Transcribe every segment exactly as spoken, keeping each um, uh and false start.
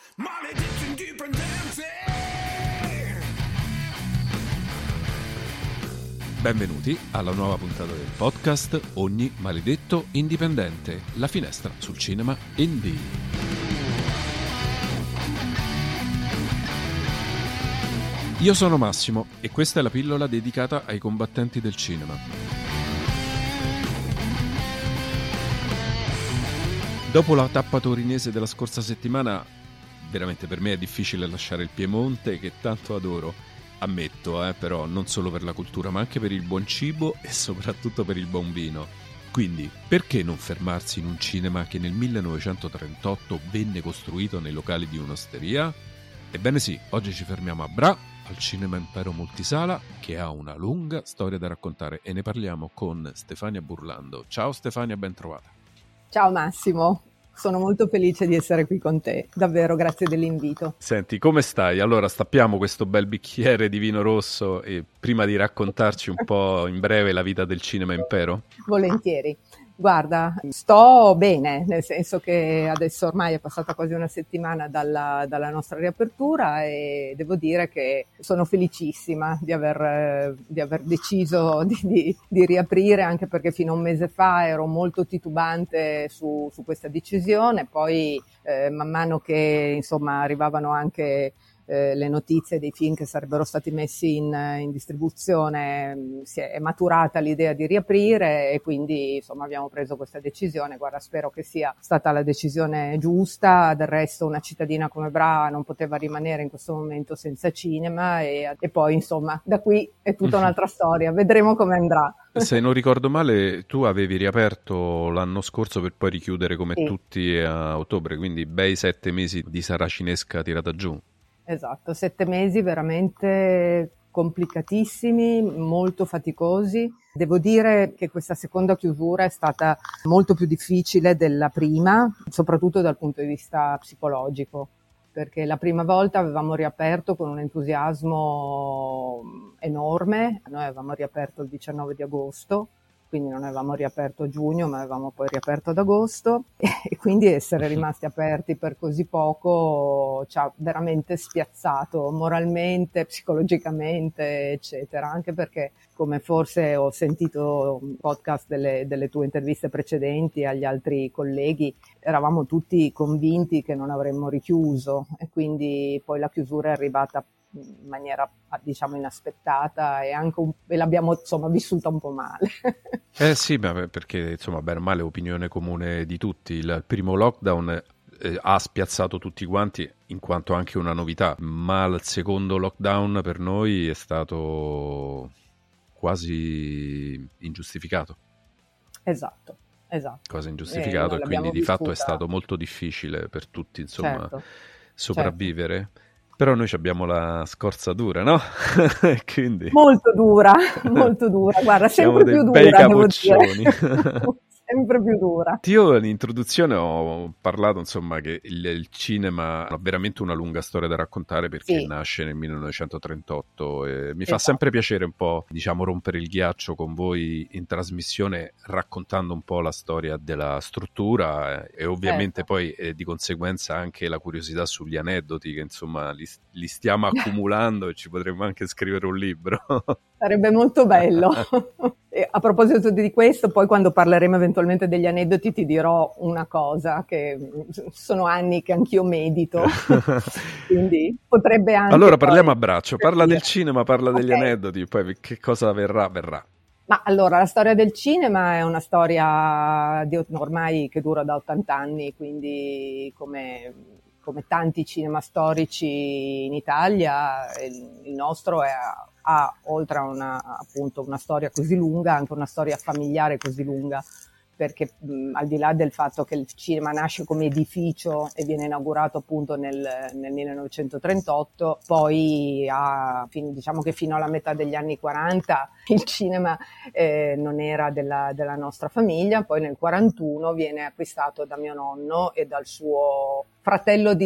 Maledetto indipendente! Benvenuti alla nuova puntata del podcast Ogni Maledetto Indipendente, la finestra sul cinema indie. Io sono Massimo e questa è la pillola dedicata ai combattenti del cinema. Dopo la tappa torinese della scorsa settimana, veramente per me è difficile lasciare il Piemonte, che tanto adoro, ammetto, eh, però non solo per la cultura ma anche per il buon cibo e soprattutto per il buon vino. Quindi, perché non fermarsi in un cinema che nel millenovecentotrentotto venne costruito nei locali di un'osteria? Ebbene sì, oggi ci fermiamo a Bra, al Cinema Impero Multisala, che ha una lunga storia da raccontare, e ne parliamo con Stefania Burlando. Ciao Stefania, ben trovata. Ciao Massimo, sono molto felice di essere qui con te, davvero grazie dell'invito. Senti, come stai? Allora, stappiamo questo bel bicchiere di vino rosso e prima di raccontarci un po' in breve la vita del Cinema Impero? Volentieri. Guarda, sto bene, nel senso che adesso ormai è passata quasi una settimana dalla, dalla nostra riapertura e devo dire che sono felicissima di aver, di aver deciso di, di, di riaprire, anche perché fino a un mese fa ero molto titubante su, su questa decisione. Poi eh, man mano che insomma arrivavano anche Eh, le notizie dei film che sarebbero stati messi in, in distribuzione, mh, si è, è maturata l'idea di riaprire e quindi insomma abbiamo preso questa decisione. Guarda, spero che sia stata la decisione giusta. Del resto una cittadina come Bra non poteva rimanere in questo momento senza cinema e, e poi insomma da qui è tutta un'altra storia, vedremo come andrà. Se non ricordo male, tu avevi riaperto l'anno scorso per poi richiudere come Sì. tutti a ottobre, quindi bei sette mesi di saracinesca tirata giù. Esatto, sette mesi veramente complicatissimi, molto faticosi. Devo dire che questa seconda chiusura è stata molto più difficile della prima, soprattutto dal punto di vista psicologico, perché la prima volta avevamo riaperto con un entusiasmo enorme. Noi avevamo riaperto il diciannove di agosto, quindi non avevamo riaperto a giugno, ma avevamo poi riaperto ad agosto, e quindi essere rimasti aperti per così poco ci ha veramente spiazzato moralmente, psicologicamente, eccetera, anche perché, come forse ho sentito un podcast delle, delle tue interviste precedenti agli altri colleghi, eravamo tutti convinti che non avremmo richiuso e quindi poi la chiusura è arrivata in maniera diciamo inaspettata e anche un, e l'abbiamo insomma vissuta un po' male. Eh sì, beh, perché insomma bene o male opinione comune di tutti, il primo lockdown eh, ha spiazzato tutti quanti in quanto anche una novità, ma il secondo lockdown per noi è stato quasi ingiustificato. Esatto, esatto. Quasi ingiustificato eh, e quindi di vissuta... fatto è stato molto difficile per tutti insomma certo, sopravvivere. Certo. Però noi abbiamo la scorza dura, no? Quindi... Molto dura, molto dura, guarda, siamo sempre più dura, bei devo dire. capoccioni. Sempre più dura. Io in introduzione ho parlato insomma che il, il cinema ha veramente una lunga storia da raccontare perché Sì. nasce nel millenovecentotrentotto e mi esatto. fa sempre piacere un po' diciamo rompere il ghiaccio con voi in trasmissione raccontando un po' la storia della struttura e ovviamente certo. poi eh, di conseguenza anche la curiosità sugli aneddoti che insomma li, li stiamo accumulando e ci potremmo anche scrivere un libro. Sarebbe molto bello. E a proposito di questo, poi quando parleremo eventualmente degli aneddoti ti dirò una cosa, che sono anni che anch'io medito, quindi potrebbe anche... Allora parliamo poi... a braccio, parla del cinema, parla degli okay. aneddoti, poi che cosa verrà, verrà. Ma allora, la storia del cinema è una storia di, ormai che dura da ottanta anni, quindi come... come tanti cinema storici in Italia, il, il nostro è, ha, oltre a una, appunto, una storia così lunga, anche una storia familiare così lunga, perché mh, al di là del fatto che il cinema nasce come edificio e viene inaugurato appunto nel, nel millenovecentotrentotto, poi ha, fin, diciamo che fino alla metà degli anni quaranta il cinema eh, non era della, della nostra famiglia, poi nel quarantuno viene acquistato da mio nonno e dal suo fratello di latte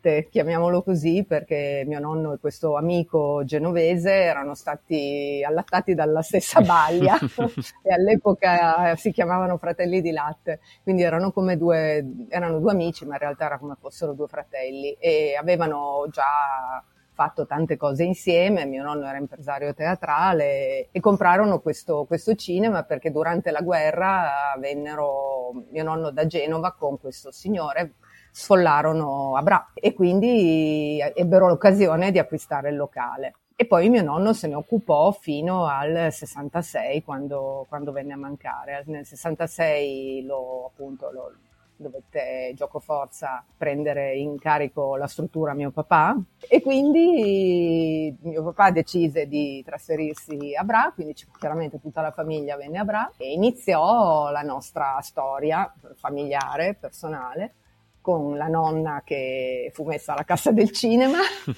latte, chiamiamolo così, perché mio nonno e questo amico genovese erano stati allattati dalla stessa balia e all'epoca si chiamavano fratelli di latte, quindi erano come due, erano due amici, ma in realtà era come fossero due fratelli e avevano già fatto tante cose insieme. Mio nonno era impresario teatrale e comprarono questo, questo cinema perché durante la guerra vennero, mio nonno da Genova con questo signore sfollarono a Bra e quindi ebbero l'occasione di acquistare il locale. E poi mio nonno se ne occupò fino al sessantasei, quando, quando venne a mancare. Nel sessantasei lo, appunto, lo, dovette Giocoforza prendere in carico la struttura mio papà e quindi mio papà decise di trasferirsi a Bra, quindi chiaramente tutta la famiglia venne a Bra e iniziò la nostra storia familiare, personale, con la nonna che fu messa alla cassa del cinema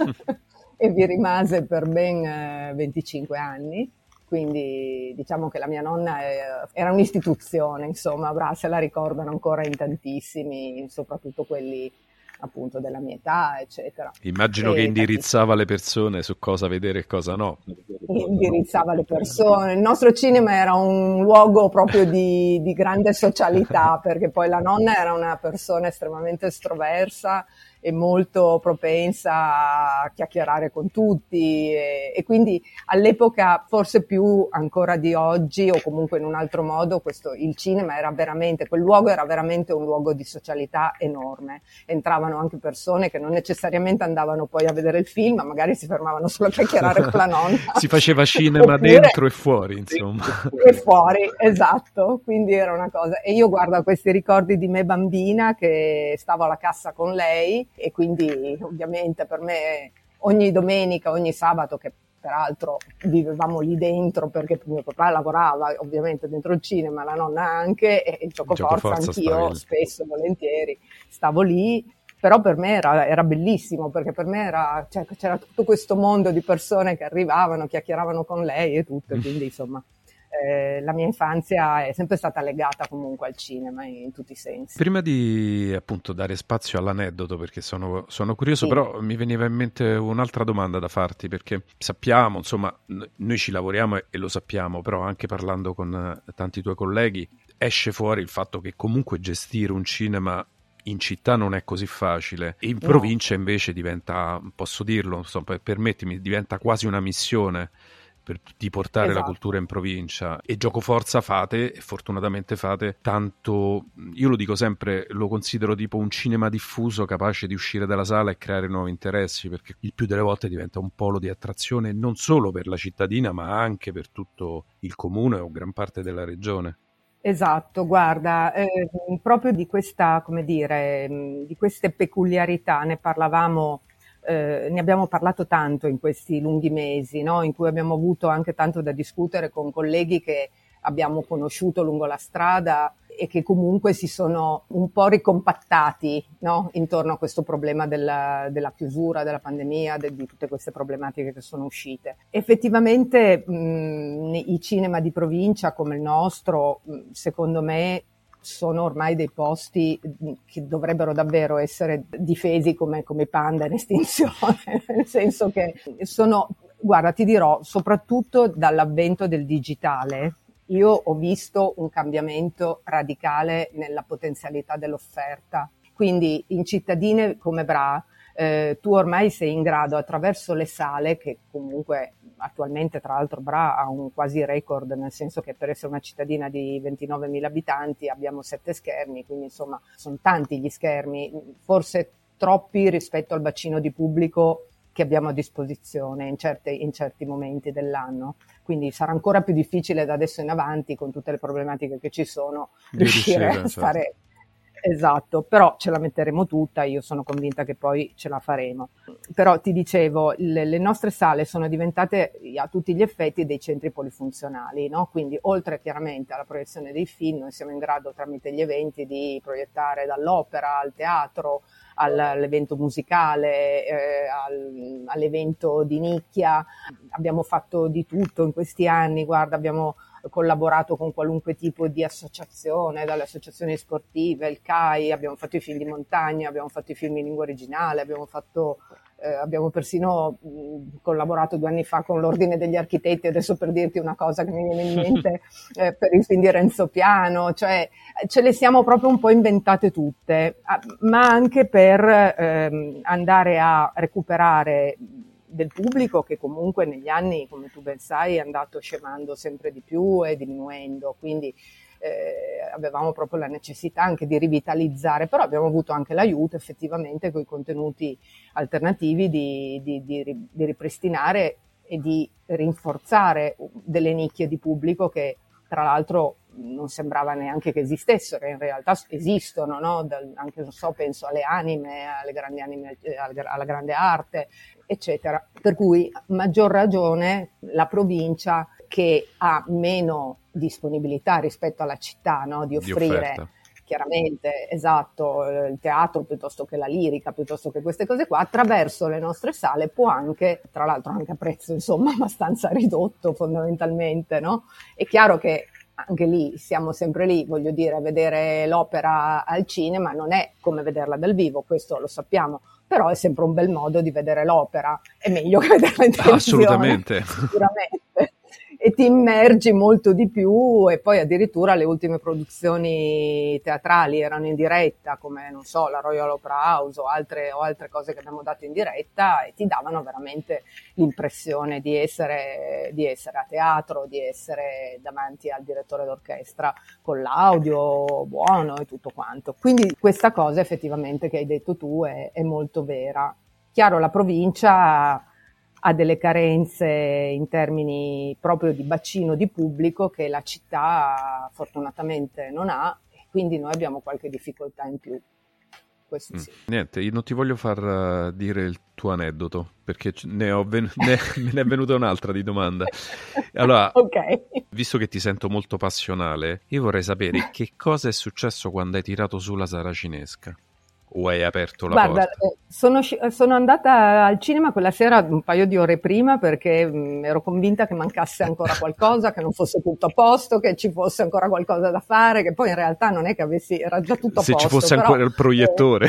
e vi rimase per ben eh, venticinque anni. Quindi diciamo che la mia nonna era un'istituzione, insomma, Bra se la ricordano ancora in tantissimi, soprattutto quelli appunto della mia età, eccetera. Immagino e che indirizzava tantissimi. Le persone su cosa vedere e cosa no. Indirizzava le persone. Il nostro cinema era un luogo proprio di, di grande socialità, perché poi la nonna era una persona estremamente estroversa e molto propensa a chiacchierare con tutti e, e quindi all'epoca forse più ancora di oggi o comunque in un altro modo questo, il cinema era veramente, quel luogo era veramente un luogo di socialità enorme. Entravano anche persone che non necessariamente andavano poi a vedere il film, ma magari si fermavano solo a chiacchierare con la nonna. Si faceva cinema oppure, dentro e fuori, insomma. E fuori, esatto, quindi era una cosa. E io guardo questi ricordi di me bambina che stavo alla cassa con lei e quindi ovviamente per me ogni domenica, ogni sabato, che peraltro vivevamo lì dentro perché mio papà lavorava ovviamente dentro il cinema, la nonna anche, e il Giocoforza anch'io spesso, volentieri, stavo lì. Però per me era, era bellissimo, perché per me era, cioè, c'era tutto questo mondo di persone che arrivavano, chiacchieravano con lei e tutto, e quindi insomma eh, la mia infanzia è sempre stata legata comunque al cinema in, in tutti i sensi. Prima di appunto dare spazio all'aneddoto, perché sono, sono curioso, sì. Però mi veniva in mente un'altra domanda da farti, perché sappiamo, insomma, noi ci lavoriamo e lo sappiamo, però anche parlando con tanti tuoi colleghi esce fuori il fatto che comunque gestire un cinema in città non è così facile, in no. Provincia invece diventa, posso dirlo, insomma, permettimi, diventa quasi una missione per, di portare esatto. La cultura in provincia, e Giocoforza fate, e fortunatamente fate tanto, io lo dico sempre, lo considero tipo un cinema diffuso capace di uscire dalla sala e creare nuovi interessi, perché il più delle volte diventa un polo di attrazione non solo per la cittadina ma anche per tutto il comune o gran parte della regione. Esatto, guarda, eh, proprio di questa, come dire, di queste peculiarità ne parlavamo, eh, ne abbiamo parlato tanto in questi lunghi mesi, no? In cui abbiamo avuto anche tanto da discutere con colleghi che abbiamo conosciuto lungo la strada e che comunque si sono un po' ricompattati, no? Intorno a questo problema della, della chiusura, della pandemia, de, di tutte queste problematiche che sono uscite. Effettivamente mh, i cinema di provincia come il nostro, mh, secondo me, sono ormai dei posti che dovrebbero davvero essere difesi come, come panda in estinzione, nel senso che sono, guarda, ti dirò, soprattutto dall'avvento del digitale, io ho visto un cambiamento radicale nella potenzialità dell'offerta. Quindi in cittadine come Bra, eh, tu ormai sei in grado, attraverso le sale, che comunque attualmente tra l'altro Bra ha un quasi record, nel senso che per essere una cittadina di ventinovemila abitanti abbiamo sette schermi, quindi insomma sono tanti gli schermi, forse troppi rispetto al bacino di pubblico che abbiamo a disposizione in, certe, in certi momenti dell'anno. Quindi sarà ancora più difficile da adesso in avanti, con tutte le problematiche che ci sono, riuscire, riuscire a stare... Certo. Esatto, però ce la metteremo tutta, io sono convinta che poi ce la faremo. Però ti dicevo, le, le nostre sale sono diventate a tutti gli effetti dei centri polifunzionali, no? Quindi oltre chiaramente alla proiezione dei film, noi siamo in grado tramite gli eventi di proiettare dall'opera al teatro, all'evento musicale, eh, al, all'evento di nicchia. Abbiamo fatto di tutto in questi anni, guarda, abbiamo collaborato con qualunque tipo di associazione, dalle associazioni sportive, il C A I, abbiamo fatto i film di montagna, abbiamo fatto i film in lingua originale, abbiamo fatto eh, abbiamo persino mh, collaborato due anni fa con l'Ordine degli Architetti, adesso per dirti una cosa che mi viene in mente, eh, per il film di Renzo Piano, cioè ce le siamo proprio un po' inventate tutte, ma anche per ehm, andare a recuperare del pubblico che comunque negli anni, come tu ben sai, è andato scemando sempre di più e diminuendo, quindi eh, avevamo proprio la necessità anche di rivitalizzare, però abbiamo avuto anche l'aiuto effettivamente con i contenuti alternativi di, di, di, di ripristinare e di rinforzare delle nicchie di pubblico che tra l'altro non sembrava neanche che esistessero, in realtà esistono, no? Dal, anche non so, penso alle anime, alle grandi anime, alla grande arte, eccetera. Per cui maggior ragione la provincia, che ha meno disponibilità rispetto alla città, no? Di offrire di chiaramente, esatto, il teatro piuttosto che la lirica, piuttosto che queste cose qua, attraverso le nostre sale può anche, tra l'altro anche a prezzo insomma abbastanza ridotto fondamentalmente, no? È chiaro che anche lì siamo sempre lì, voglio dire, vedere l'opera al cinema non è come vederla dal vivo, questo lo sappiamo, però è sempre un bel modo di vedere l'opera, è meglio che vederla in televisione. Assolutamente. Sicuramente. E ti immergi molto di più, e poi addirittura le ultime produzioni teatrali erano in diretta, come non so, la Royal Opera House o altre, o altre cose che abbiamo dato in diretta, e ti davano veramente l'impressione di essere, di essere a teatro, di essere davanti al direttore d'orchestra con l'audio buono e tutto quanto. Quindi questa cosa effettivamente che hai detto tu è, è molto vera. Chiaro, la provincia ha delle carenze in termini proprio di bacino di pubblico che la città fortunatamente non ha, e quindi noi abbiamo qualche difficoltà in più. Questo sì. Mm, niente, io non ti voglio far uh, dire il tuo aneddoto, perché ne ho ven- ne- me ne è venuta un'altra di domanda. Allora, okay. Visto che ti sento molto passionale, io vorrei sapere che cosa è successo quando hai tirato su la saracinesca. O hai aperto la Guarda, porta? eh, sono, sono andata al cinema quella sera un paio di ore prima perché mh, ero convinta che mancasse ancora qualcosa, che non fosse tutto a posto, che ci fosse ancora qualcosa da fare, che poi in realtà non è che avessi, era già tutto a Se posto. Se ci fosse però, ancora il proiettore.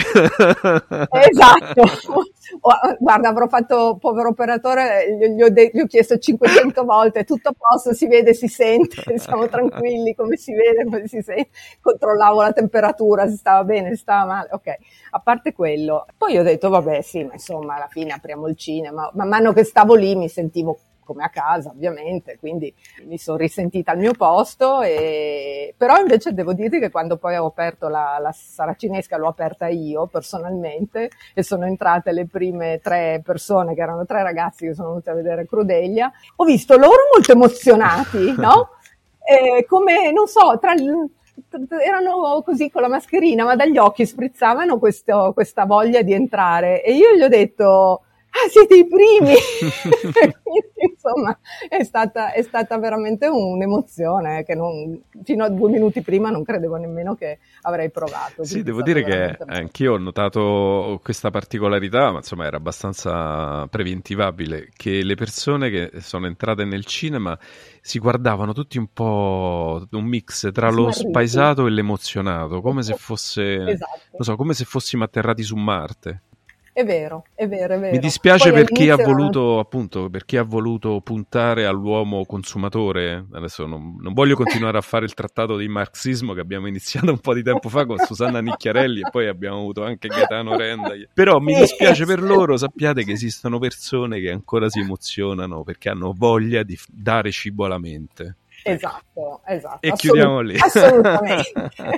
Eh, esatto. Guarda, avrò fatto, povero operatore, gli, gli, ho de- gli ho chiesto cinquecento volte, tutto a posto, si vede, si sente, siamo tranquilli, come si vede, come si sente. Controllavo la temperatura, se stava bene, se stava male, ok. A parte quello, poi ho detto vabbè sì, ma insomma alla fine apriamo il cinema, man mano che stavo lì mi sentivo come a casa ovviamente, quindi mi sono risentita al mio posto, e però invece devo dirti che quando poi ho aperto la, la saracinesca l'ho aperta io personalmente e sono entrate le prime tre persone, che erano tre ragazzi che sono venuti a vedere Crudelia, ho visto loro molto emozionati, no? E come, non so, tra il erano così con la mascherina, ma dagli occhi sprizzavano questo, questa voglia di entrare, e io gli ho detto ah, siete i primi. Quindi, insomma, è stata, è stata veramente un'emozione che non, fino a due minuti prima non credevo nemmeno che avrei provato. Sì, devo dire che anch'io ho notato questa particolarità, ma insomma era abbastanza preventivabile, che le persone che sono entrate nel cinema si guardavano tutti un po' un mix tra lo spaesato e l'emozionato, come se fosse, esatto. non so, come se fossimo atterrati su Marte. È vero, è vero, è vero. Mi dispiace Poi per chi ha voluto, erano... appunto, per chi ha voluto puntare all'uomo consumatore. Adesso non, non voglio continuare a fare il trattato di marxismo che abbiamo iniziato un po' di tempo fa con Susanna Nicchiarelli, e poi abbiamo avuto anche Gaetano Renda. Però mi dispiace per loro, sappiate che esistono persone che ancora si emozionano perché hanno voglia di dare cibo alla mente. Esatto, esatto. E chiudiamo lì. Assolutamente.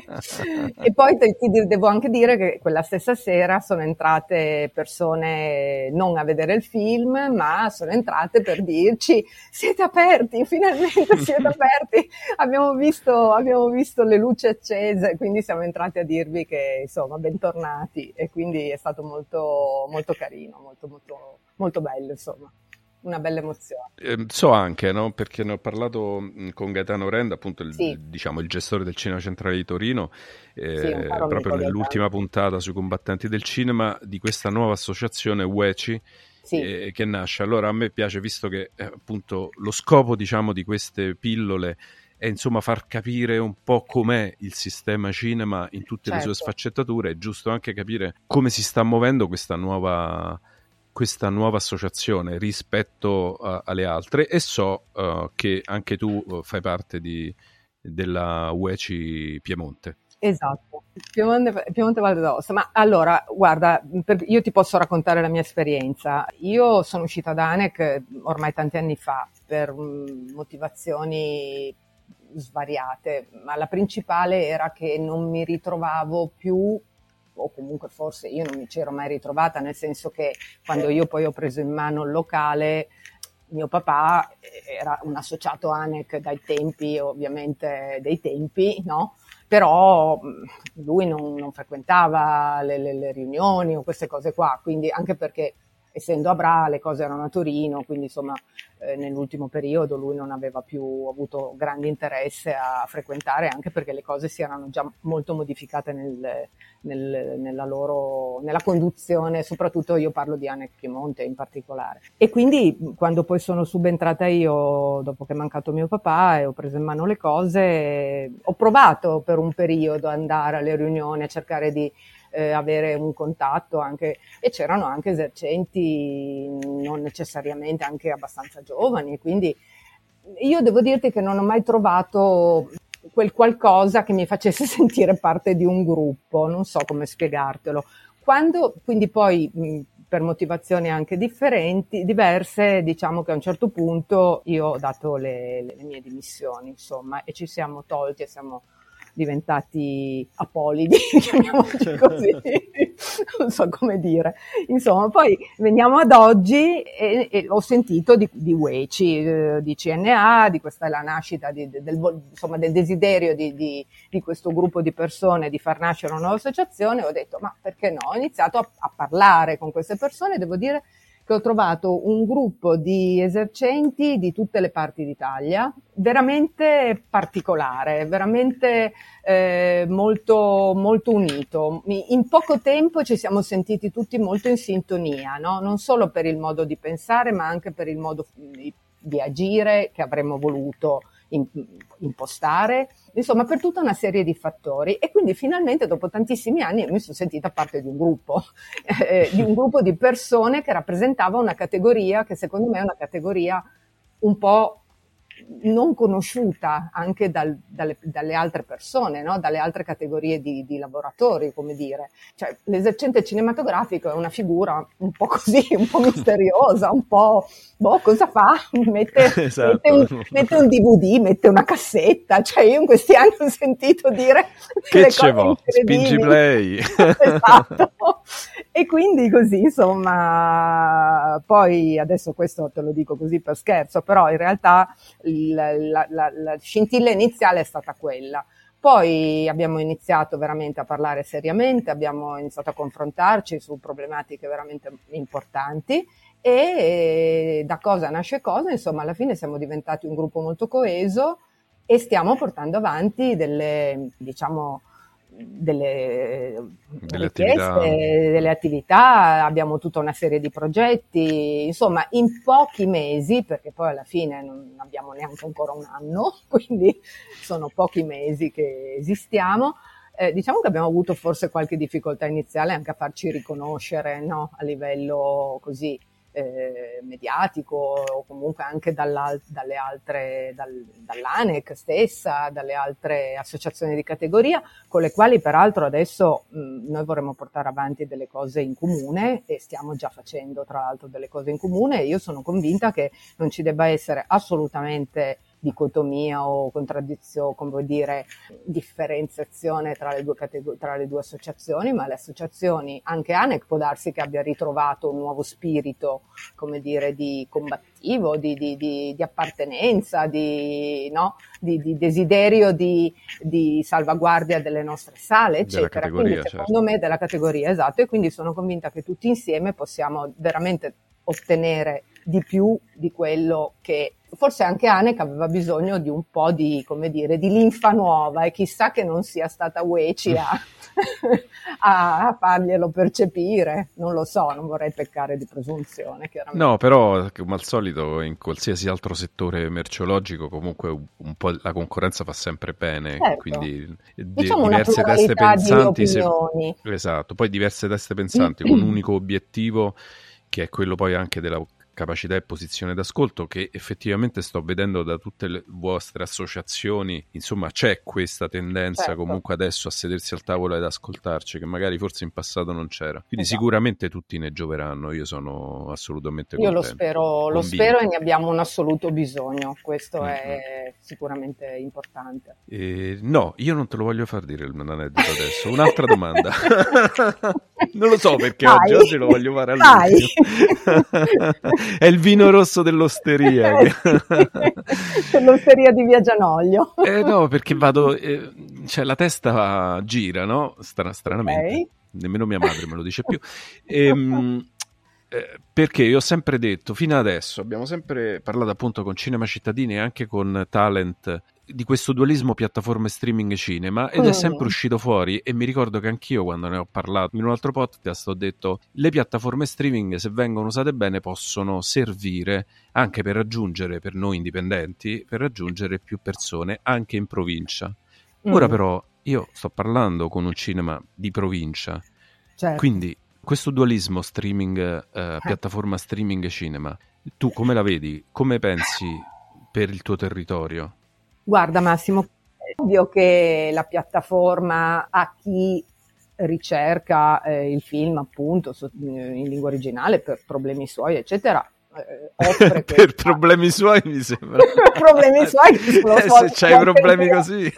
E poi ti, ti devo anche dire che quella stessa sera sono entrate persone non a vedere il film, ma sono entrate per dirci siete aperti, finalmente siete aperti, abbiamo visto, abbiamo visto le luci accese, quindi siamo entrati a dirvi che insomma bentornati, e quindi è stato molto, molto carino, molto, molto, molto bello, insomma. Una bella emozione. Eh, so anche, no? Perché ne ho parlato mh, con Gaetano Renda, appunto il, sì. diciamo, il gestore del Cinema Centrale di Torino, eh, sì, proprio nell'ultima puntata sui combattenti del cinema, di questa nuova associazione U E C I, sì. eh, che nasce. Allora a me piace, visto che eh, appunto lo scopo, diciamo, di queste pillole è insomma far capire un po' com'è il sistema cinema in tutte certo. le sue sfaccettature. È giusto anche capire come si sta muovendo questa nuova, questa nuova associazione rispetto a, alle altre, e so uh, che anche tu uh, fai parte di, della U E C I Piemonte. Esatto, Piemonte, Piemonte Valle d'Aosta. Ma allora, guarda, per, io ti posso raccontare la mia esperienza. Io sono uscita da ANEC ormai tanti anni fa per um, motivazioni svariate, ma la principale era che non mi ritrovavo più, o comunque forse io non mi c'ero mai ritrovata, nel senso che quando io poi ho preso in mano il locale, mio papà era un associato ANEC dai tempi, ovviamente dei tempi, no? Però lui non, non frequentava le, le, le riunioni o queste cose qua, quindi anche perché essendo a Bra le cose erano a Torino, quindi insomma eh, nell'ultimo periodo lui non aveva più avuto grande interesse a frequentare, anche perché le cose si erano già molto modificate nel, nel, nella loro nella conduzione, soprattutto io parlo di ANEC Piemonte in particolare. E quindi quando poi sono subentrata io, dopo che è mancato mio papà e ho preso in mano le cose, ho provato per un periodo ad andare alle riunioni, a cercare di Eh, avere un contatto anche, e c'erano anche esercenti non necessariamente anche abbastanza giovani, quindi io devo dirti che non ho mai trovato quel qualcosa che mi facesse sentire parte di un gruppo, non so come spiegartelo. Quando quindi poi mh, per motivazioni anche differenti, diverse, diciamo che a un certo punto io ho dato le, le mie dimissioni, insomma, e ci siamo tolti e siamo diventati apolidi, chiamiamoli così, non so come dire. Insomma, poi veniamo ad oggi e, e ho sentito di, di U E C I, eh, di C N A, di questa è la nascita di, del, insomma, del desiderio di, di, di questo gruppo di persone di far nascere una nuova associazione. Ho detto, ma perché no? Ho iniziato a, a parlare con queste persone, devo dire che ho trovato un gruppo di esercenti di tutte le parti d'Italia, veramente particolare, veramente eh, molto, molto unito. In poco tempo ci siamo sentiti tutti molto in sintonia, no? Non solo per il modo di pensare, ma anche per il modo di, di agire che avremmo voluto impostare, insomma per tutta una serie di fattori, e quindi finalmente dopo tantissimi anni mi sono sentita parte di un gruppo, eh, di un gruppo di persone che rappresentava una categoria che secondo me è una categoria un po' non conosciuta anche dal, dalle, dalle altre persone, no? Dalle altre categorie di, di lavoratori, come dire. Cioè, l'esercente cinematografico è una figura un po' così, un po' misteriosa, un po', boh, cosa fa? Mette, esatto. mette, un, mette un D V D, mette una cassetta, cioè io in questi anni ho sentito dire che le ce cose vo? Spingi play. Esatto. E quindi così, insomma, poi adesso questo te lo dico così per scherzo, però in realtà la, la, la, la scintilla iniziale è stata quella. Poi abbiamo iniziato veramente a parlare seriamente, abbiamo iniziato a confrontarci su problematiche veramente importanti e da cosa nasce cosa, insomma alla fine siamo diventati un gruppo molto coeso e stiamo portando avanti delle, diciamo, delle, delle richieste, attività. delle attività, abbiamo tutta una serie di progetti, insomma in pochi mesi, perché poi alla fine non abbiamo neanche ancora un anno, quindi sono pochi mesi che esistiamo, eh, diciamo che abbiamo avuto forse qualche difficoltà iniziale anche a farci riconoscere, no? A livello così Eh, mediatico o comunque anche dalla, dalle altre, dal, dall'ANEC stessa, dalle altre associazioni di categoria, con le quali peraltro adesso mh, noi vorremmo portare avanti delle cose in comune e stiamo già facendo tra l'altro delle cose in comune, e io sono convinta che non ci debba essere assolutamente dicotomia o contraddizione, come vuol dire, differenziazione tra le due categorie, tra le due associazioni, ma le associazioni, anche ANEC può darsi che abbia ritrovato un nuovo spirito, come dire, di combattivo, di, di, di, di appartenenza, di, no? di, di desiderio di, di salvaguardia delle nostre sale, eccetera. Quindi secondo certo. me della categoria, esatto, e quindi sono convinta che tutti insieme possiamo veramente ottenere di più di quello che Forse anche Haneke aveva bisogno di un po' di, come dire, di linfa nuova, e chissà che non sia stata Ueci a, a, a farglielo percepire, non lo so, non vorrei peccare di presunzione, chiaramente. No, però come al solito in qualsiasi altro settore merceologico comunque un po' la concorrenza fa sempre bene, certo. quindi diciamo diverse una teste pensanti, di opinioni. Se, esatto, poi diverse teste pensanti con un unico obiettivo, che è quello poi anche della capacità e posizione d'ascolto, che effettivamente sto vedendo da tutte le vostre associazioni, insomma c'è questa tendenza certo. comunque adesso a sedersi al tavolo ed ascoltarci, che magari forse in passato non c'era, quindi esatto. Sicuramente tutti ne gioveranno, io sono assolutamente io contento. Io lo spero, lo spero e ne abbiamo un assoluto bisogno, questo mm-hmm. è sicuramente importante. Eh, no, io non te lo voglio far dire il aneddoto adesso, un'altra domanda. Non lo so perché oggi, oggi lo voglio fare all'ultimo. È il vino rosso dell'osteria. Eh sì. L'osteria di Via Gianoglio. Eh no, perché vado, eh, cioè la testa gira, no? Stra- stranamente. Okay. Nemmeno mia madre me lo dice più. Ehm, eh, perché io ho sempre detto, fino adesso, abbiamo sempre parlato appunto con Cinema Cittadini e anche con Talent di questo dualismo piattaforme streaming cinema, ed mm. è sempre uscito fuori, e mi ricordo che anch'io quando ne ho parlato in un altro podcast ho detto le piattaforme streaming, se vengono usate bene, possono servire anche per raggiungere, per noi indipendenti, per raggiungere più persone anche in provincia. Mm. Ora però io sto parlando con un cinema di provincia, certo. Quindi questo dualismo streaming, eh, piattaforma streaming cinema, tu come la vedi? Come pensi per il tuo territorio? Guarda Massimo, è ovvio che la piattaforma a chi ricerca eh, il film appunto in lingua originale per problemi suoi eccetera eh, offre per questa... problemi suoi mi sembra problemi suoi che lo eh, se c'hai problemi così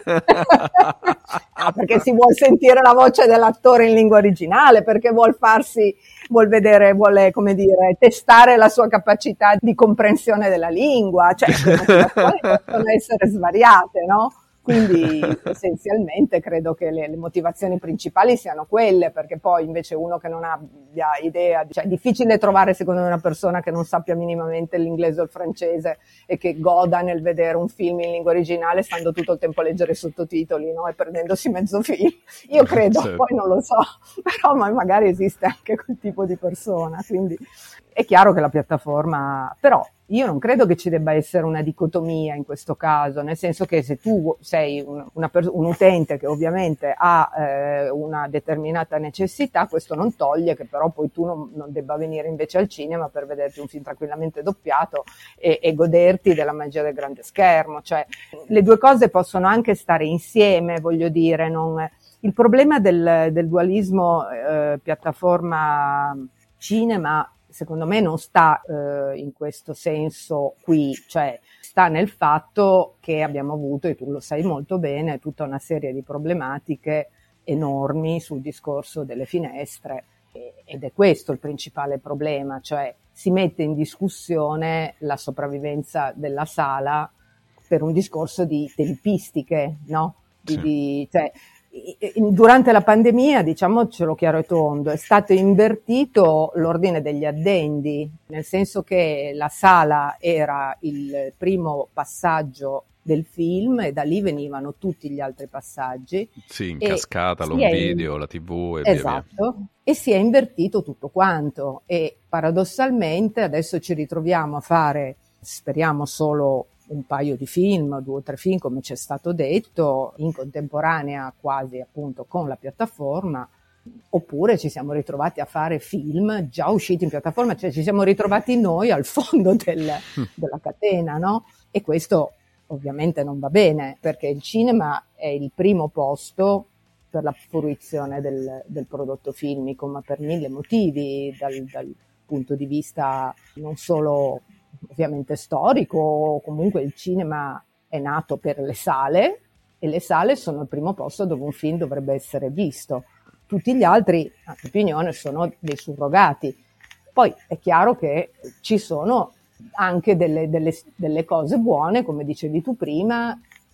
no, perché si vuol sentire la voce dell'attore in lingua originale, perché vuol farsi vuol vedere, vuole, come dire, testare la sua capacità di comprensione della lingua, cioè le motivazioni possono essere svariate, no? Quindi essenzialmente credo che le, le motivazioni principali siano quelle, perché poi invece uno che non abbia idea, cioè è difficile trovare secondo me una persona che non sappia minimamente l'inglese o il francese e che goda nel vedere un film in lingua originale stando tutto il tempo a leggere i sottotitoli, no? E perdendosi mezzo film. Io credo, certo. Poi non lo so, però magari esiste anche quel tipo di persona, quindi è chiaro che la piattaforma, però io non credo che ci debba essere una dicotomia in questo caso, nel senso che se tu sei un, una pers- un utente che ovviamente ha eh, una determinata necessità, questo non toglie che però poi tu non, non debba venire invece al cinema per vederti un film tranquillamente doppiato e, e goderti della magia del grande schermo, cioè le due cose possono anche stare insieme, voglio dire, non... Il problema del, del dualismo eh, piattaforma cinema secondo me non sta eh, in questo senso qui, cioè sta nel fatto che abbiamo avuto, e tu lo sai molto bene, tutta una serie di problematiche enormi sul discorso delle finestre, e, ed è questo il principale problema, cioè si mette in discussione la sopravvivenza della sala per un discorso di tempistiche, no? Di, sì. di, cioè, durante la pandemia, diciamocelo chiaro e tondo, è stato invertito l'ordine degli addendi, nel senso che la sala era il primo passaggio del film e da lì venivano tutti gli altri passaggi. Sì, in cascata, l'home video, in... la tivù e esatto, via via. E si è invertito tutto quanto e paradossalmente adesso ci ritroviamo a fare, speriamo solo un paio di film, due o tre film come ci è stato detto, in contemporanea quasi appunto con la piattaforma, oppure ci siamo ritrovati a fare film già usciti in piattaforma, cioè ci siamo ritrovati noi al fondo del, della catena, no? E questo ovviamente non va bene, perché il cinema è il primo posto per la fruizione del, del prodotto filmico, ma per mille motivi, dal, dal punto di vista non solo ovviamente storico, comunque il cinema è nato per le sale e le sale sono il primo posto dove un film dovrebbe essere visto. Tutti gli altri, a mia opinione, sono dei surrogati. Poi è chiaro che ci sono anche delle, delle, delle cose buone, come dicevi tu prima,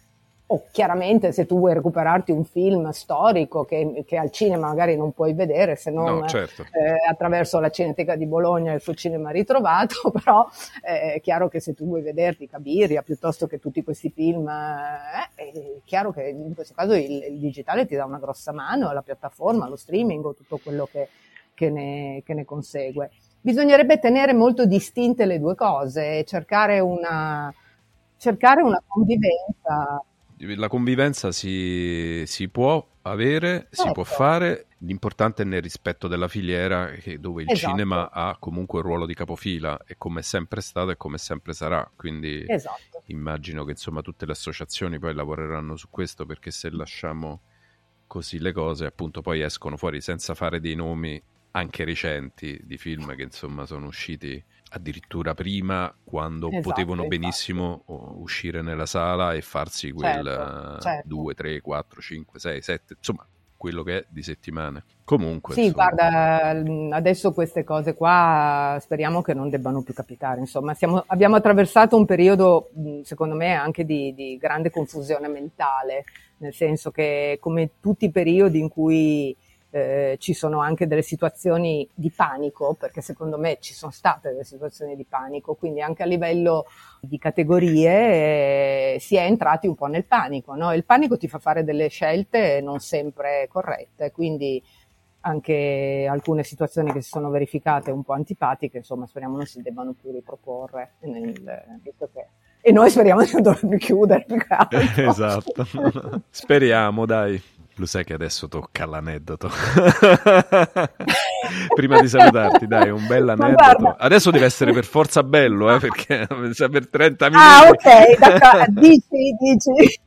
o chiaramente se tu vuoi recuperarti un film storico che, che al cinema magari non puoi vedere se non no, certo. eh, attraverso la Cineteca di Bologna e il suo cinema ritrovato, però eh, è chiaro che se tu vuoi vederti Cabiria piuttosto che tutti questi film, eh, è chiaro che in questo caso il, il digitale ti dà una grossa mano, la piattaforma, lo streaming o tutto quello che, che, ne, che ne consegue. Bisognerebbe tenere molto distinte le due cose e cercare una, cercare una convivenza. La convivenza si, si può avere, Certo. si può fare, l'importante è nel rispetto della filiera, che, dove il Esatto. cinema ha comunque un ruolo di capofila, e come è sempre stato e come sempre sarà, quindi Esatto. immagino che insomma tutte le associazioni poi lavoreranno su questo, perché se lasciamo così le cose, appunto poi escono fuori, senza fare dei nomi anche recenti, di film che insomma sono usciti addirittura prima, quando Esatto, potevano infatti. benissimo uscire nella sala e farsi quel Certo, certo. due, tre, quattro, cinque, sei, sette, insomma quello che è di settimane. Comunque Sì, insomma. guarda, adesso queste cose qua speriamo che non debbano più capitare, insomma, siamo, abbiamo attraversato un periodo, secondo me, anche di, di grande confusione mentale, nel senso che come tutti i periodi in cui Eh, ci sono anche delle situazioni di panico, perché secondo me ci sono state delle situazioni di panico, quindi anche a livello di categorie eh, si è entrati un po' nel panico, no? Il panico ti fa fare delle scelte non sempre corrette, quindi anche alcune situazioni che si sono verificate un po' antipatiche, insomma, speriamo non si debbano più riproporre nel, visto che, e noi speriamo di non dover più chiudere più che altro. Esatto. Speriamo, dai. Lo sai che adesso tocca l'aneddoto. Prima di salutarti, dai, un bel aneddoto. Adesso deve essere per forza bello, eh, perché per trenta minuti. Ah, ok, d'accordo. Dici, dici.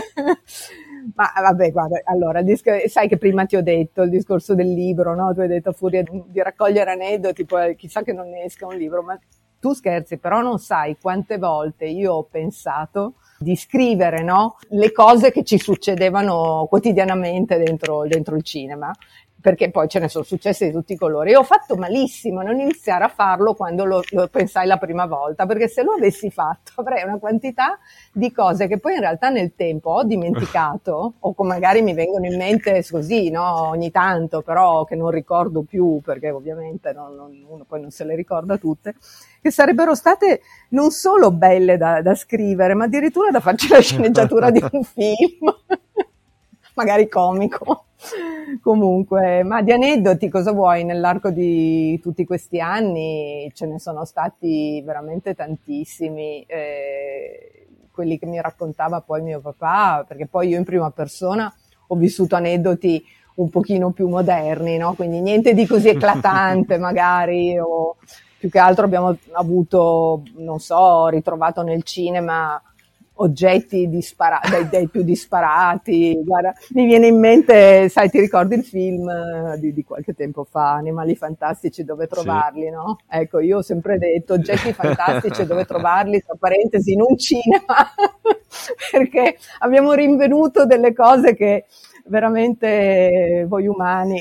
Ma vabbè, guarda, allora, sai che prima ti ho detto il discorso del libro, no? Tu hai detto a furia di raccogliere aneddoti, poi chissà che non ne esca un libro, ma tu scherzi, però non sai quante volte io ho pensato di scrivere, no? Le cose che ci succedevano quotidianamente dentro, dentro il cinema, perché poi ce ne sono successe di tutti i colori. E ho fatto malissimo a non iniziare a farlo quando lo, lo pensai la prima volta, perché se lo avessi fatto avrei una quantità di cose che poi in realtà nel tempo ho dimenticato, o che magari mi vengono in mente così, no? Ogni tanto, però che non ricordo più, perché ovviamente non, non, uno poi non se le ricorda tutte, che sarebbero state non solo belle da, da scrivere, ma addirittura da farci la sceneggiatura di un film, magari comico. Comunque, ma di aneddoti cosa vuoi? Nell'arco di tutti questi anni ce ne sono stati veramente tantissimi, eh, quelli che mi raccontava poi mio papà, perché poi io in prima persona ho vissuto aneddoti un pochino più moderni, no? Quindi niente di così eclatante magari, o più che altro abbiamo avuto, non so, ritrovato nel cinema oggetti dispara- dai, dai più disparati. Guarda, mi viene in mente, sai, ti ricordi il film di, di qualche tempo fa, Animali fantastici, dove trovarli, sì. No? Ecco, io ho sempre detto oggetti fantastici, dove trovarli, tra parentesi, in un cinema, perché abbiamo rinvenuto delle cose che veramente voi umani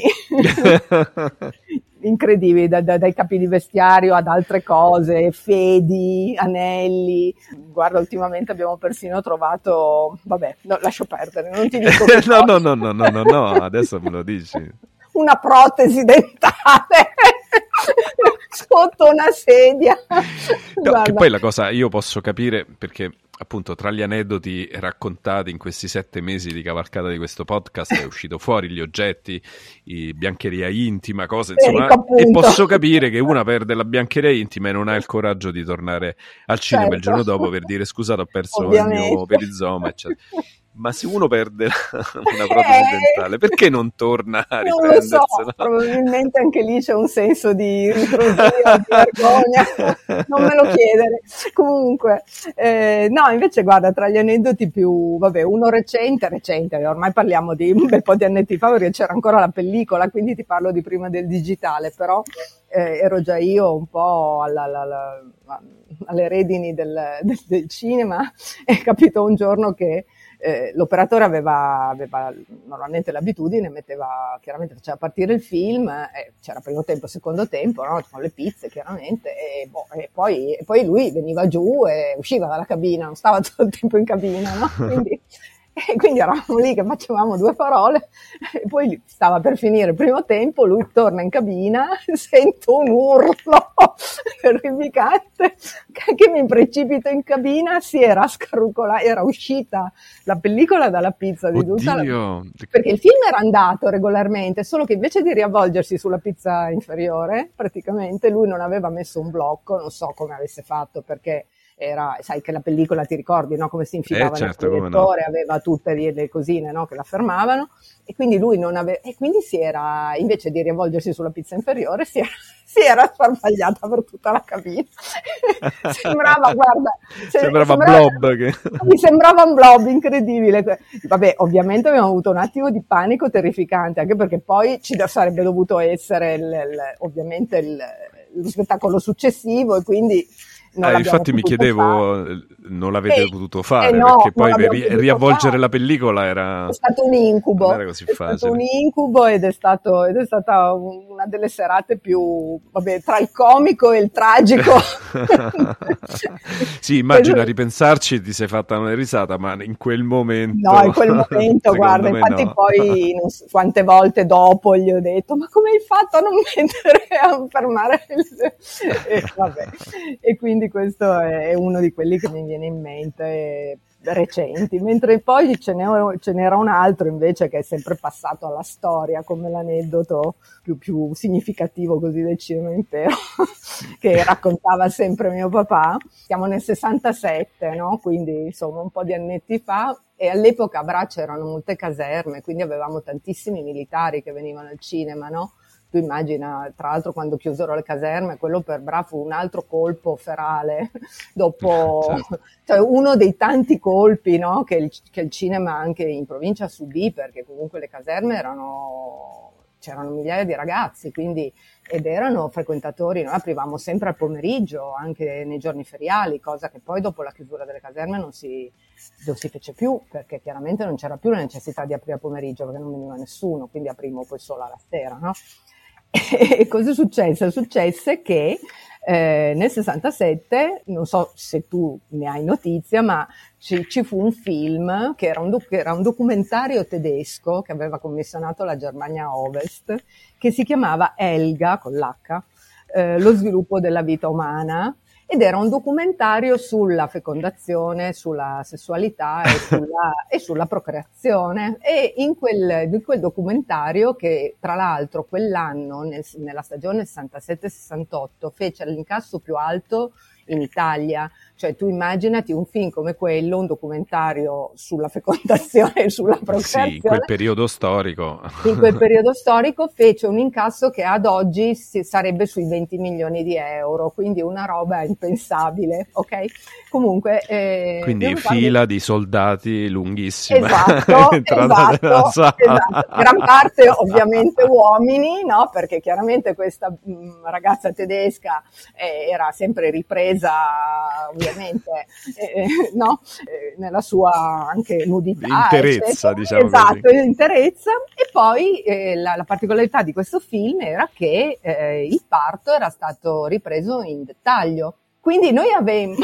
incredibili, da, da, dai capi di vestiario ad altre cose, fedi, anelli. Guarda, ultimamente abbiamo persino trovato, vabbè, no, lascio perdere, non ti dico che no, no, no, no, no, no, no, adesso me lo dici. Una protesi dentale sotto una sedia. No, che poi la cosa, io posso capire, perché appunto tra gli aneddoti raccontati in questi sette mesi di cavalcata di questo podcast è uscito fuori gli oggetti, i biancheria intima, cose insomma, ecco, e posso capire che una perde la biancheria intima e non ha il coraggio di tornare al cinema, certo, il giorno dopo per dire scusate, ho perso Ovviamente. il mio perizoma, eccetera. Ma se uno perde una protesi eh, dentale, perché non torna a riprendersela? Non lo so, probabilmente anche lì c'è un senso di ritrosia, di vergogna, non me lo chiedere. Comunque, eh, no, invece guarda, tra gli aneddoti più, vabbè, uno recente, recente, ormai parliamo di un bel po' di anni fa perché c'era ancora la pellicola, quindi ti parlo di prima del digitale, però eh, ero già io un po' alla, alla, alla, alle redini del, del, del cinema e capito un giorno che Eh, l'operatore aveva, aveva normalmente l'abitudine, metteva, chiaramente faceva partire il film, eh, c'era primo tempo, secondo tempo, no? Con le pizze chiaramente, e, boh, e, poi, e poi lui veniva giù e usciva dalla cabina, non stava tutto il tempo in cabina, no? Quindi E quindi eravamo lì che facevamo due parole, e poi stava per finire il primo tempo, lui torna in cabina, sento un urlo terrificante, che mi precipito in cabina, si era scarrucolata, era uscita la pellicola dalla pizza di tutta la... perché il film era andato regolarmente, solo che invece di riavvolgersi sulla pizza inferiore, praticamente lui non aveva messo un blocco, non so come avesse fatto, perché era, sai che la pellicola, ti ricordi, no? Come si infilava eh, certo, nel proiettore, no? Aveva tutte le cosine, no? Che la fermavano, e quindi lui non aveva, e quindi si era, invece di riavvolgersi sulla pizza inferiore, si era, si era sparpagliata per tutta la cabina. Sembrava, guarda, sembrava, sembrava blob che... mi sembrava un blob incredibile. Vabbè, ovviamente abbiamo avuto un attimo di panico terrificante, anche perché poi ci sarebbe dovuto essere il, il, ovviamente il, lo spettacolo successivo, e quindi Eh, infatti mi chiedevo, fare. non l'avete eh, potuto fare, eh no, perché poi per ri- riavvolgere fare. la pellicola era... È stato un incubo, non era così è facile. stato un incubo ed è, stato, ed è stata una delle serate più, vabbè, tra il comico e il tragico. Sì, immagino a ripensarci ti sei fatta una risata, ma in quel momento... No, in quel momento, guarda, infatti no. poi non so quante volte dopo gli ho detto, ma come hai fatto a non mettere, a fermare il... e, vabbè. E quindi questo è uno di quelli che mi viene in mente recenti, mentre poi ce, n'è, ce n'era un altro invece che è sempre passato alla storia come l'aneddoto più, più significativo così del cinema intero, che raccontava sempre mio papà. Siamo nel sessantasette, no? Quindi insomma un po' di annetti fa, e all'epoca a Bra c'erano molte caserme, quindi avevamo tantissimi militari che venivano al cinema, no? Tu immagina, tra l'altro, quando chiusero le caserme, quello per Bra fu un altro colpo ferale, dopo, certo. Cioè uno dei tanti colpi, no, che il, che il cinema anche in provincia subì, perché comunque le caserme erano, c'erano migliaia di ragazzi, quindi, ed erano frequentatori, noi aprivamo sempre al pomeriggio, anche nei giorni feriali, cosa che poi dopo la chiusura delle caserme non si, non si fece più, perché chiaramente non c'era più la necessità di aprire al pomeriggio, perché non veniva nessuno, quindi aprimo poi solo alla sera, no? E cosa è successo? Successe che eh, nel sessantasette, non so se tu ne hai notizia, ma ci, ci fu un film che era un, doc- era un documentario tedesco che aveva commissionato la Germania Ovest, che si chiamava Helga, con l'H, eh, lo sviluppo della vita umana, ed era un documentario sulla fecondazione, sulla sessualità e sulla, e sulla procreazione. E in quel, in quel documentario, che tra l'altro quell'anno, nel, nella stagione sessantasette sessantotto, fece l'incasso più alto in Italia. Cioè tu immaginati un film come quello, un documentario sulla fecondazione e sulla procreazione. Sì, in quel periodo storico. In quel periodo storico fece un incasso che ad oggi si, sarebbe sui venti milioni di euro, quindi una roba impensabile, ok? Comunque... Eh, quindi in fila parli... di soldati lunghissima. Esatto, esatto, esatto. Gran parte ovviamente uomini, no? Perché chiaramente questa mh, ragazza tedesca eh, era sempre ripresa... ovviamente eh, no? eh, nella sua anche nudità, interezza, eccetera. Diciamo esatto, così. interezza. E poi eh, la, la particolarità di questo film era che eh, il parto era stato ripreso in dettaglio, quindi noi avevamo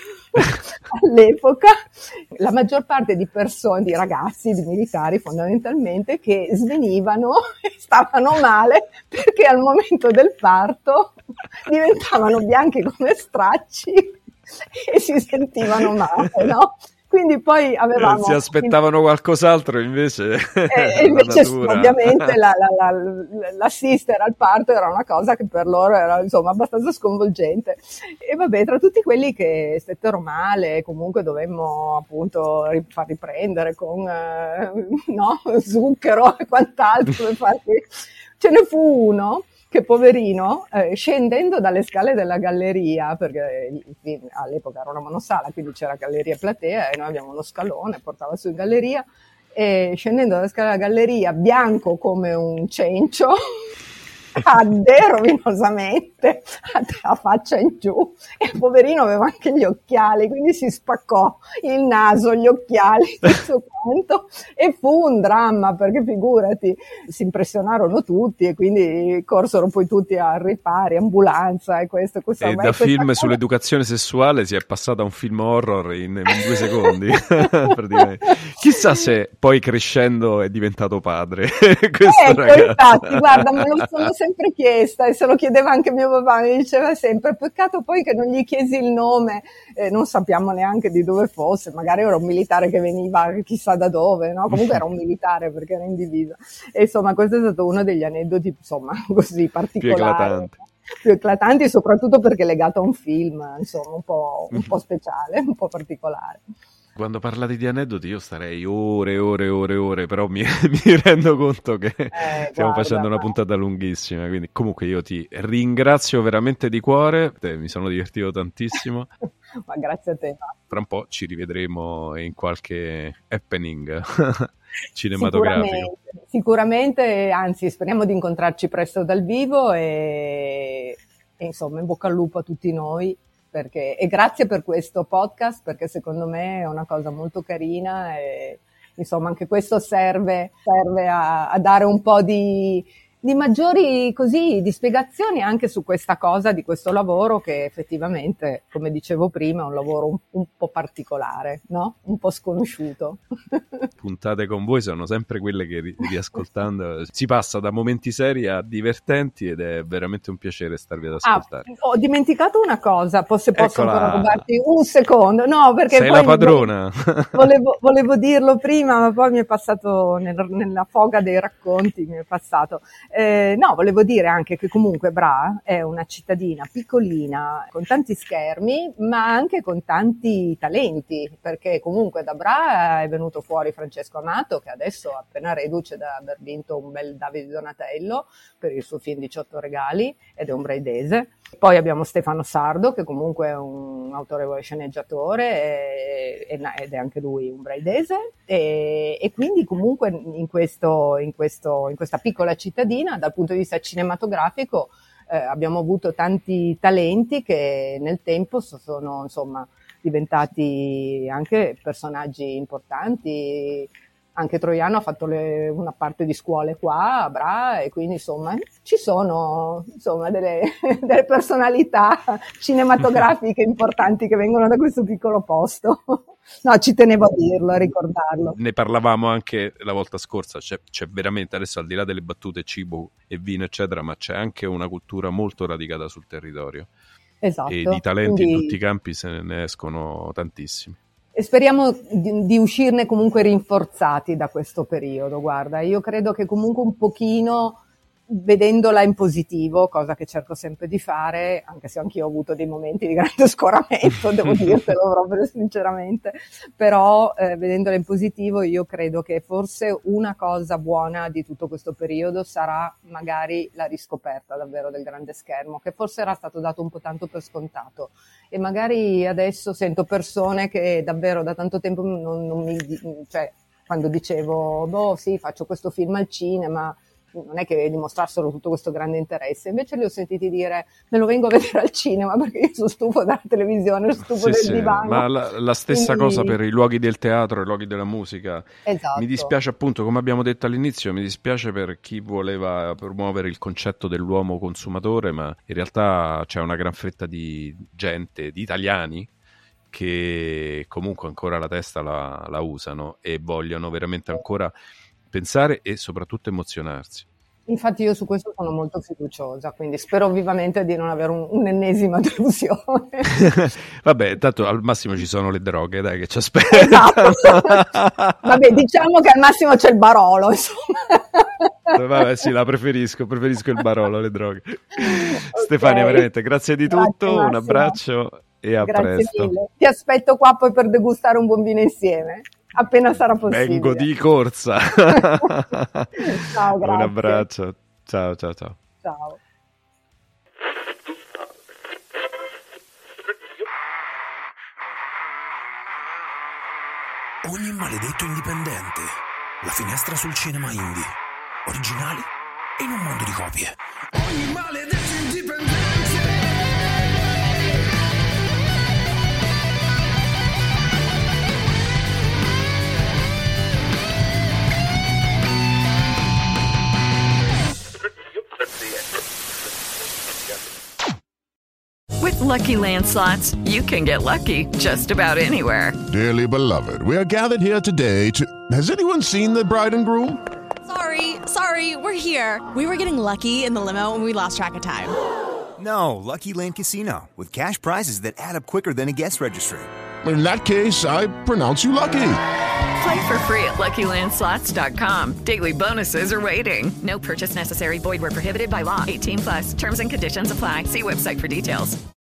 all'epoca la maggior parte di persone, di ragazzi, di militari fondamentalmente, che svenivano e stavano male perché al momento del parto diventavano bianchi come stracci e si sentivano male, no? Quindi poi avevamo... Si aspettavano il... qualcos'altro invece... E invece ovviamente la, la, la, l'assister al parto era una cosa che per loro era insomma abbastanza sconvolgente. E vabbè, tra tutti quelli che stettero male, comunque dovemmo appunto far riprendere con eh, no, zucchero e quant'altro, per farli... ce ne fu uno che poverino, eh, scendendo dalle scale della galleria, perché il film all'epoca era una monosala, quindi c'era galleria e platea, e noi abbiamo uno scalone, portava su in galleria, e scendendo dalle scale della galleria, bianco come un cencio, cadde rovinosamente a faccia in giù e il poverino aveva anche gli occhiali, quindi si spaccò il naso, gli occhiali, tutto quanto, e fu un dramma perché figurati, si impressionarono tutti e quindi corsero poi tutti a ripari, ambulanza e questo, questo e da film cosa... sull'educazione sessuale si è passato a un film horror in, in due secondi. Chissà se poi crescendo è diventato padre questo ecco, ragazzo. Infatti, guarda, me lo sono sempre chiesta e se lo chiedeva anche mio papà, mi diceva sempre peccato poi che non gli chiesi il nome, eh, non sappiamo neanche di dove fosse, magari era un militare che veniva chissà da dove, no? Comunque era un militare perché era in divisa e insomma questo è stato uno degli aneddoti insomma così particolari, più eclatanti, più eclatanti soprattutto perché legato a un film insomma un po', un po' speciale, un po' particolare. Quando parlate di aneddoti io starei ore e ore e ore e ore, però mi, mi rendo conto che eh, stiamo guarda, facendo una puntata lunghissima, quindi comunque io ti ringrazio veramente di cuore, mi sono divertito tantissimo. Ma grazie a te. Fra un po' ci rivedremo in qualche happening cinematografico. Sicuramente, sicuramente, anzi speriamo di incontrarci presto dal vivo e, e insomma in bocca al lupo a tutti noi. Perché, e grazie per questo podcast perché secondo me è una cosa molto carina e insomma anche questo serve, serve a, a dare un po' di, di maggiori così, di spiegazioni anche su questa cosa di questo lavoro che effettivamente, come dicevo prima, è un lavoro un, un po' particolare, no? Un po' sconosciuto. Puntate con voi sono sempre quelle che riascoltando si passa da momenti seri a divertenti ed è veramente un piacere starvi ad ascoltare. Ah, ho dimenticato una cosa, se posso ancora rubarti un secondo, no perché sei poi la padrona. Volevo, volevo dirlo prima ma poi mi è passato nel, nella foga dei racconti, mi è passato. Eh, no, volevo dire anche che comunque Bra è una cittadina piccolina con tanti schermi ma anche con tanti talenti perché comunque da Bra è venuto fuori Francesco Amato che adesso appena reduce da aver vinto un bel Davide Donatello per il suo film diciotto regali ed è un braidese. Poi abbiamo Stefano Sardo che comunque è un autorevole sceneggiatore e, ed è anche lui un braidese e, e quindi comunque in, questo, in, questo, in questa piccola cittadina dal punto di vista cinematografico eh, abbiamo avuto tanti talenti che nel tempo sono insomma diventati anche personaggi importanti. Anche Troiano ha fatto le, una parte di scuole qua a Bra e quindi insomma ci sono insomma delle, delle personalità cinematografiche importanti che vengono da questo piccolo posto. No, ci tenevo a dirlo, a ricordarlo. Ne parlavamo anche la volta scorsa, c'è, c'è veramente adesso al di là delle battute cibo e vino eccetera, ma c'è anche una cultura molto radicata sul territorio. Esatto. E di talenti quindi... in tutti i campi se ne escono tantissimi. E speriamo di, di uscirne comunque rinforzati da questo periodo. Guarda, io credo che comunque un pochino, vedendola in positivo, cosa che cerco sempre di fare, anche se anch'io ho avuto dei momenti di grande scoramento, devo dirtelo proprio sinceramente, però eh, vedendola in positivo io credo che forse una cosa buona di tutto questo periodo sarà magari la riscoperta davvero del grande schermo, che forse era stato dato un po' tanto per scontato. E magari adesso sento persone che davvero da tanto tempo non, non mi, cioè quando dicevo, boh sì, faccio questo film al cinema, non è che dimostrassero tutto questo grande interesse, invece li ho sentiti dire me lo vengo a vedere al cinema perché io sono stufo della televisione, sono stufo sì, del sì, divano. Ma la, la stessa Quindi... cosa per i luoghi del teatro, i luoghi della musica. Esatto. Mi dispiace appunto, come abbiamo detto all'inizio, mi dispiace per chi voleva promuovere il concetto dell'uomo consumatore, ma in realtà c'è una gran fetta di gente, di italiani, che comunque ancora la testa la, la usano e vogliono veramente ancora pensare e soprattutto emozionarsi. Infatti io su questo sono molto fiduciosa, quindi spero vivamente di non avere un, un'ennesima delusione. Vabbè, tanto al massimo ci sono le droghe, dai, che ci aspetta. Esatto. Vabbè, diciamo che al massimo c'è il Barolo, insomma. Vabbè, sì, la preferisco, preferisco il Barolo, le droghe. Okay. Stefania, veramente, grazie di grazie, tutto, Massimo. Un abbraccio e a grazie presto. Mille. Ti aspetto qua poi per degustare un buon vino insieme. Appena sarà possibile. Vengo di corsa. Ciao, grazie. Un abbraccio. Ciao, ciao, ciao. Ciao. Ogni maledetto indipendente. La finestra sul cinema indie. Originali e in un mondo di copie. Ogni maledetto indipendente. With Lucky Land Slots, you can get lucky just about anywhere. Dearly beloved, we are gathered here today to... Has anyone seen the bride and groom? Sorry, sorry, we're here. We were getting lucky in the limo and we lost track of time. No, Lucky Land Casino, with cash prizes that add up quicker than a guest registry. In that case, I pronounce you lucky. Play for free at Lucky Land Slots dot com. Daily bonuses are waiting. No purchase necessary. Void where prohibited by law. eighteen plus. Terms and conditions apply. See website for details.